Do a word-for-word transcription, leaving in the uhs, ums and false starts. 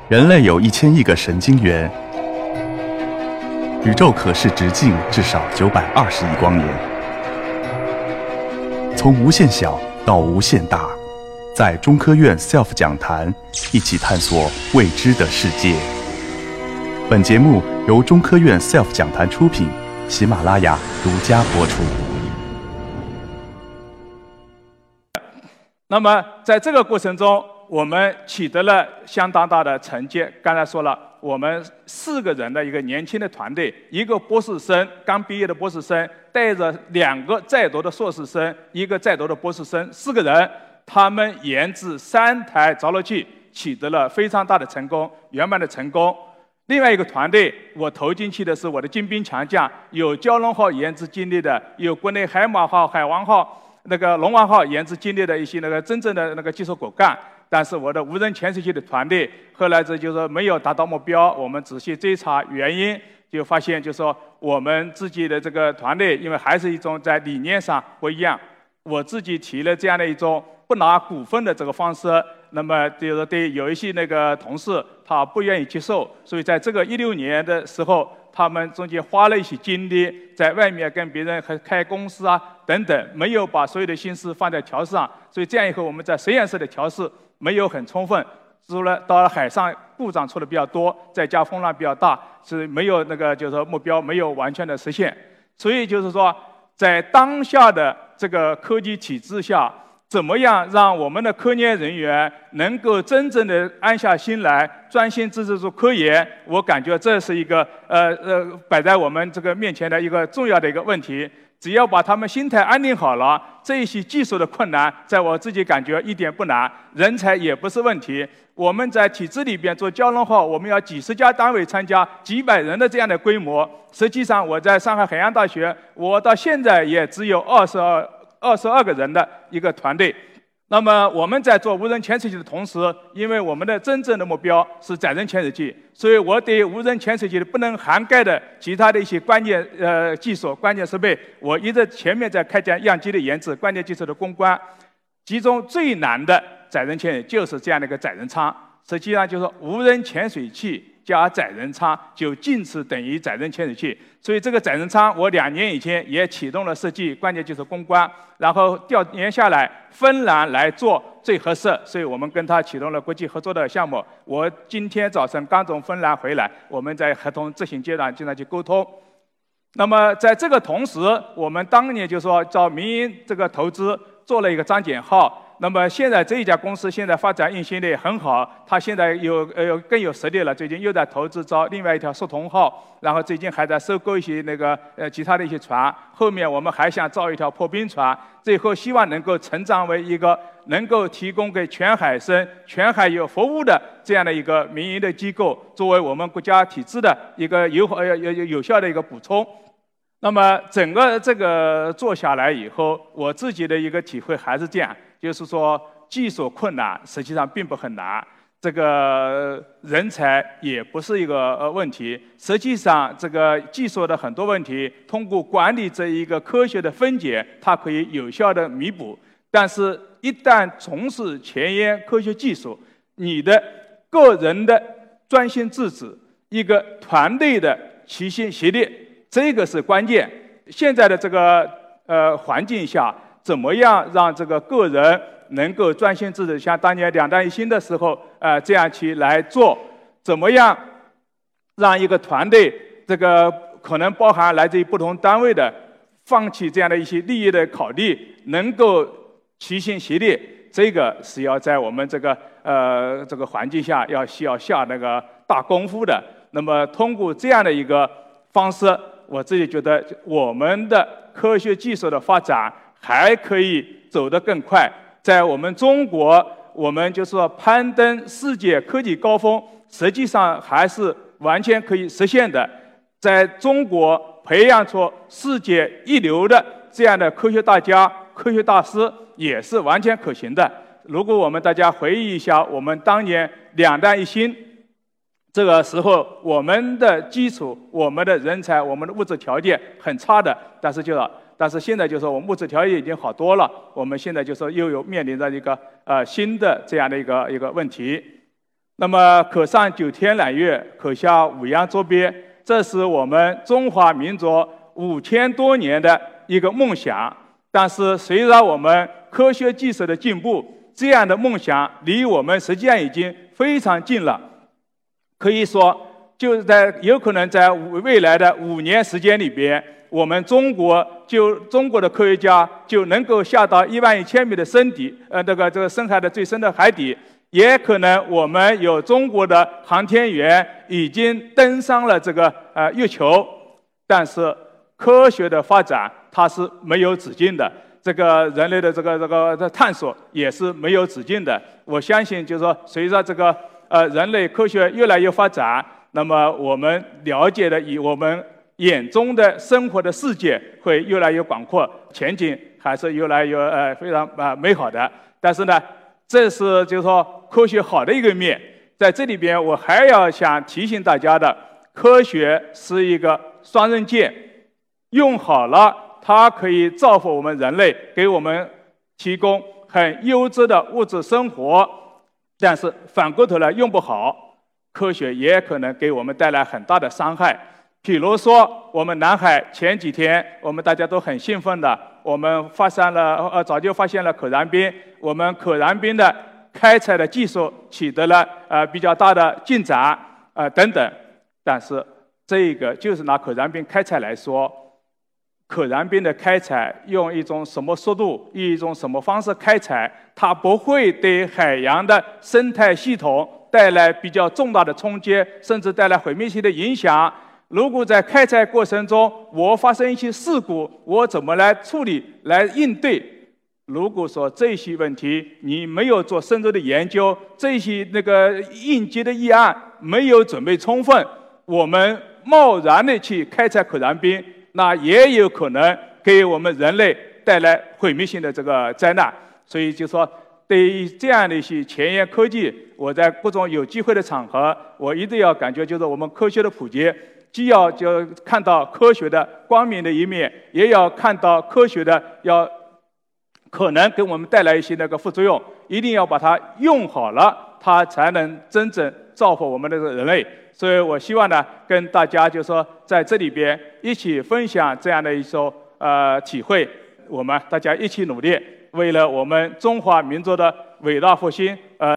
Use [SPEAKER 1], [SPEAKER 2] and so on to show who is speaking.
[SPEAKER 1] 人类有一千亿个神经元，宇宙可视直径至少九百二十亿光年。从无限小到无限大，在中科院 S E L F 讲坛一起探索未知的世界。本节目由中科院 S E L F 讲坛出品，喜马拉雅独家播出。
[SPEAKER 2] 那么在这个过程中，我们取得了相当大的成绩。刚才说了，我们四个人的一个年轻的团队，一个博士生刚毕业的博士生，带着两个在读的硕士生，一个在读的博士生，四个人，他们研制三台着陆器，取得了非常大的成功，圆满的成功。另外一个团队，我投进去的是我的精兵强将，有蛟龙号研制经历的，有国内海马号、海王号、那个龙王号研制经历的一些那个真正的那个技术骨干。但是我的无人潜水器的团队后来这就是没有达到目标，我们仔细追查原因，就发现就是说我们自己的这个团队，因为还是一种在理念上不一样，我自己提了这样的一种不拿股份的这个方式，那么就是对有一些那个同事他不愿意接受，所以在这个一六年的时候，他们中间花了一些精力，在外面跟别人还开公司啊等等，没有把所有的心思放在调试上，所以这样以后我们在实验室的调试没有很充分，除了到了海上故障出的比较多，再加风浪比较大，是没有那个就是说目标没有完全的实现。所以就是说，在当下的这个科技体制下，怎么样让我们的科研人员能够真正的安下心来，专心致志做科研？我感觉这是一个呃呃摆在我们这个面前的一个重要的一个问题。只要把他们心态安定好了，这一些技术的困难，在我自己感觉一点不难，人才也不是问题。我们在体制里边做蛟龙号，我们要几十家单位参加，几百人的这样的规模。实际上，我在上海海洋大学，我到现在也只有二十二二十二个人的一个团队。那么我们在做无人潜水器的同时，因为我们的真正的目标是载人潜水器，所以我对无人潜水器的不能涵盖的其他的一些关键呃技术、关键设备，我一直前面在开展样机的研制、关键技术的攻关。其中最难的载人潜水就是这样的一个载人舱，实际上就是无人潜水器加载人舱就近似等于载人潜水器，所以这个载人舱我两年以前也启动了设计，关键就是攻关，然后调研下来，芬兰来做最合适，所以我们跟他启动了国际合作的项目。我今天早晨刚从芬兰回来，我们在合同执行阶段经常去沟通。那么在这个同时，我们当年就说找民营这个投资做了一个张謇号。那么现在这一家公司现在发展运行的也很好，它现在有呃更有实力了，最近又在投资招另外一条速通号，然后最近还在收购一些那个呃其他的一些船，后面我们还想造一条破冰船，最后希望能够成长为一个能够提供给全海参、全海有服务的这样的一个民营的机构，作为我们国家体制的一个有呃有有有效的一个补充。那么整个这个做下来以后，我自己的一个体会还是这样，就是说技术困难实际上并不很难，这个人才也不是一个呃问题。实际上这个技术的很多问题，通过管理这一个科学的分解，它可以有效的弥补。但是，一旦从事前沿科学技术，你的个人的专心致志，一个团队的齐心协力。这个是关键。现在的这个呃环境下，怎么样让这个个人能够专心致志，像当年两弹一星的时候，呃这样去来做？怎么样让一个团队，这个可能包含来自于不同单位的，放弃这样的一些利益的考虑，能够齐心协力？这个是要在我们这个呃这个环境下要需要下那个大功夫的。那么通过这样的一个方式，我自己觉得我们的科学技术的发展还可以走得更快。在我们中国，我们就是说攀登世界科技高峰，实际上还是完全可以实现的。在中国培养出世界一流的这样的科学大家、科学大师，也是完全可行的。如果我们大家回忆一下，我们当年两弹一星。这个时候，我们的基础、我们的人才、我们的物质条件很差的，但是就，但是现在就说我们物质条件已经好多了。我们现在就说又有面临着一个呃新的这样的一个一个问题。 那么可上九天揽月，可下五洋捉鳖，这是我们中华民族五千多年的一个梦想。但是随着我们科学技术的进步，这样的梦想离我们实际上已经非常近了。可以说，就在有可能在未来的五年时间里边，我们中国就中国的科学家就能够下到一万一千米的深底，呃，这个这个深海的最深的海底。也可能我们有中国的航天员已经登上了这个呃月球，但是科学的发展它是没有止境的，这个人类的这个这个探索也是没有止境的。我相信，就是说，随着这个呃人类科学越来越发展，那么我们了解的以我们眼中的生活的世界会越来越广阔，前景还是越来越呃非常啊、呃、美好的。但是呢，这是就是说科学好的一个面，在这里边我还要想提醒大家的，科学是一个双刃剑，用好了它可以造福我们人类，给我们提供很优质的物质生活，但是反过头来用不好，科学也可能给我们带来很大的伤害。比如说，我们南海前几天，我们大家都很兴奋的，我们发现了呃早就发现了可燃冰，我们可燃冰的开采的技术取得了呃比较大的进展呃等等。但是这个就是拿可燃冰开采来说，可燃冰的开采用一种什么速度，以一种什么方式开采，它不会对海洋的生态系统带来比较重大的冲击，甚至带来毁灭性的影响。如果在开采过程中我发生一些事故，我怎么来处理、来应对？如果说这些问题你没有做深入的研究，这些那个应急的预案没有准备充分，我们贸然的去开采可燃冰，那也有可能给我们人类带来毁灭性的这个灾难。所以就说，对于这样的一些前沿科技，我在各种有机会的场合，我一定要感觉就是我们科学的普及，既要就看到科学的光明的一面，也要看到科学的要可能给我们带来一些那个副作用，一定要把它用好了，它才能真正造福我们的人类。所以我希望呢，跟大家就说在这里边一起分享这样的一种呃体会，我们大家一起努力，为了我们中华民族的伟大复兴，